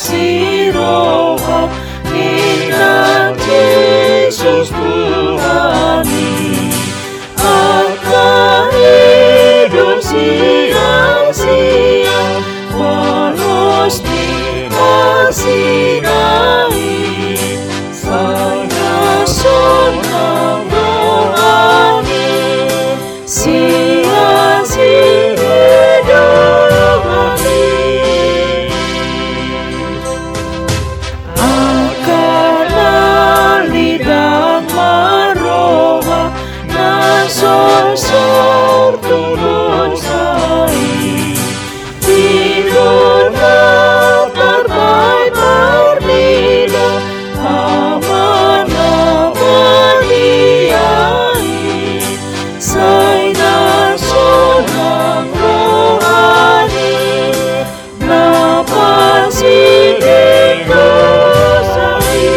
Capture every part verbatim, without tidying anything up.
siroha Inang Yesus Tuhani Akan hidup sia-sia Walos dihasinai Saya sonang rohani sia-sia hidup kami Akan lidang maroha Nasosor tulosai Tidur terbaik bernila Aman-aman diai Saya sonang rohani Napasi dikosai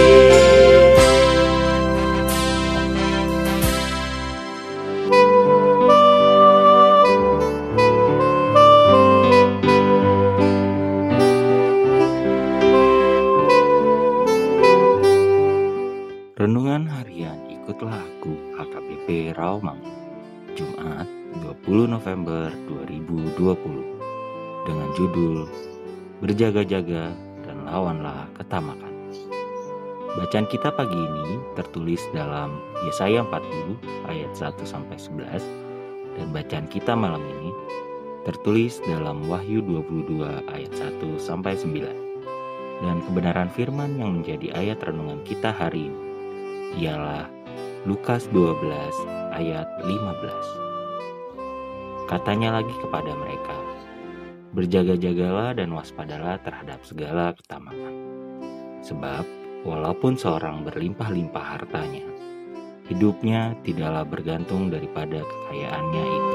Renungan Harian Ikutlah Aku H K B P Rawamangun, Jumat dua puluh November dua ribu dua puluh, dengan judul Berjaga-jaga dan lawanlah ketamakan. Bacaan kita pagi ini tertulis dalam Yesaya empat puluh ayat satu sampai sebelas, dan bacaan kita malam ini tertulis dalam Wahyu dua puluh dua ayat satu sampai sembilan. Dan kebenaran firman yang menjadi ayat renungan kita hari ini ialah Lukas dua belas ayat lima belas. Katanya lagi kepada mereka, berjaga-jagalah dan waspadalah terhadap segala ketamakan. Sebab walaupun seorang berlimpah-limpah hartanya, hidupnya tidaklah bergantung daripada kekayaannya itu.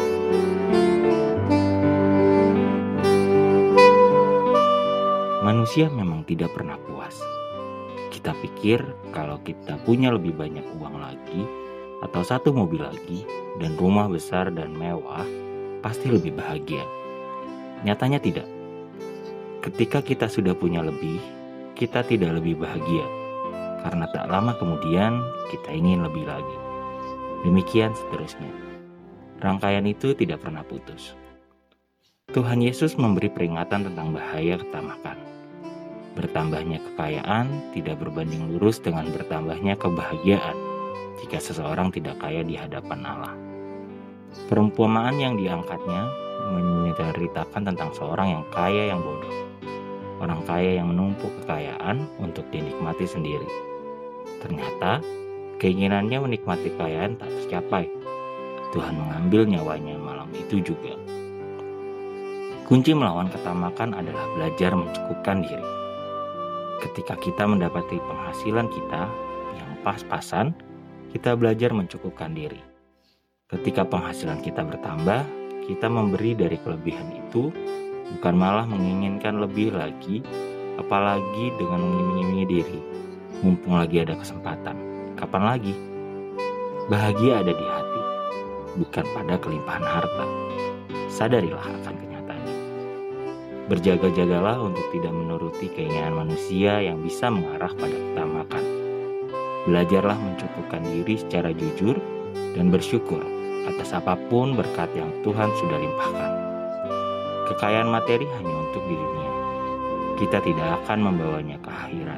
Manusia memang tidak pernah puas. Kita pikir kalau kita punya lebih banyak uang lagi, atau satu mobil lagi, dan rumah besar dan mewah, pasti lebih bahagia. Nyatanya tidak. Ketika kita sudah punya lebih, kita tidak lebih bahagia, karena tak lama kemudian kita ingin lebih lagi. Demikian seterusnya. Rangkaian itu tidak pernah putus. Tuhan Yesus memberi peringatan tentang bahaya ketamakan. Bertambahnya kekayaan tidak berbanding lurus dengan bertambahnya kebahagiaan jika seseorang tidak kaya di hadapan Allah. Perumpamaan yang diangkatnya menceritakan tentang seorang yang kaya yang bodoh. Orang kaya yang menumpuk kekayaan untuk dinikmati sendiri. Ternyata keinginannya menikmati kekayaan tak tercapai. Tuhan mengambil nyawanya malam itu juga. Kunci melawan ketamakan adalah belajar mencukupkan diri. Ketika kita mendapati penghasilan kita yang pas-pasan, kita belajar mencukupkan diri. Ketika penghasilan kita bertambah, kita memberi dari kelebihan itu, bukan malah menginginkan lebih lagi, apalagi dengan mengiming-imingi diri. Mumpung lagi ada kesempatan, kapan lagi? Bahagia ada di hati, bukan pada kelimpahan harta. Sadarilah akan kenyataannya. Berjaga-jagalah untuk tidak menuruti keinginan manusia yang bisa mengarah pada ketamakan. Belajarlah mencukupkan diri secara jujur dan bersyukur atas apapun berkat yang Tuhan sudah limpahkan. Kekayaan materi hanya untuk di dunia. Kita tidak akan membawanya ke akhirat.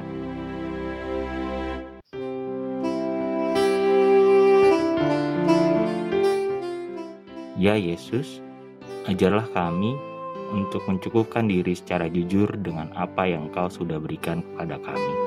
Ya Yesus, ajarlah kami untuk mencukupkan diri secara jujur dengan apa yang Engkau sudah berikan kepada kami.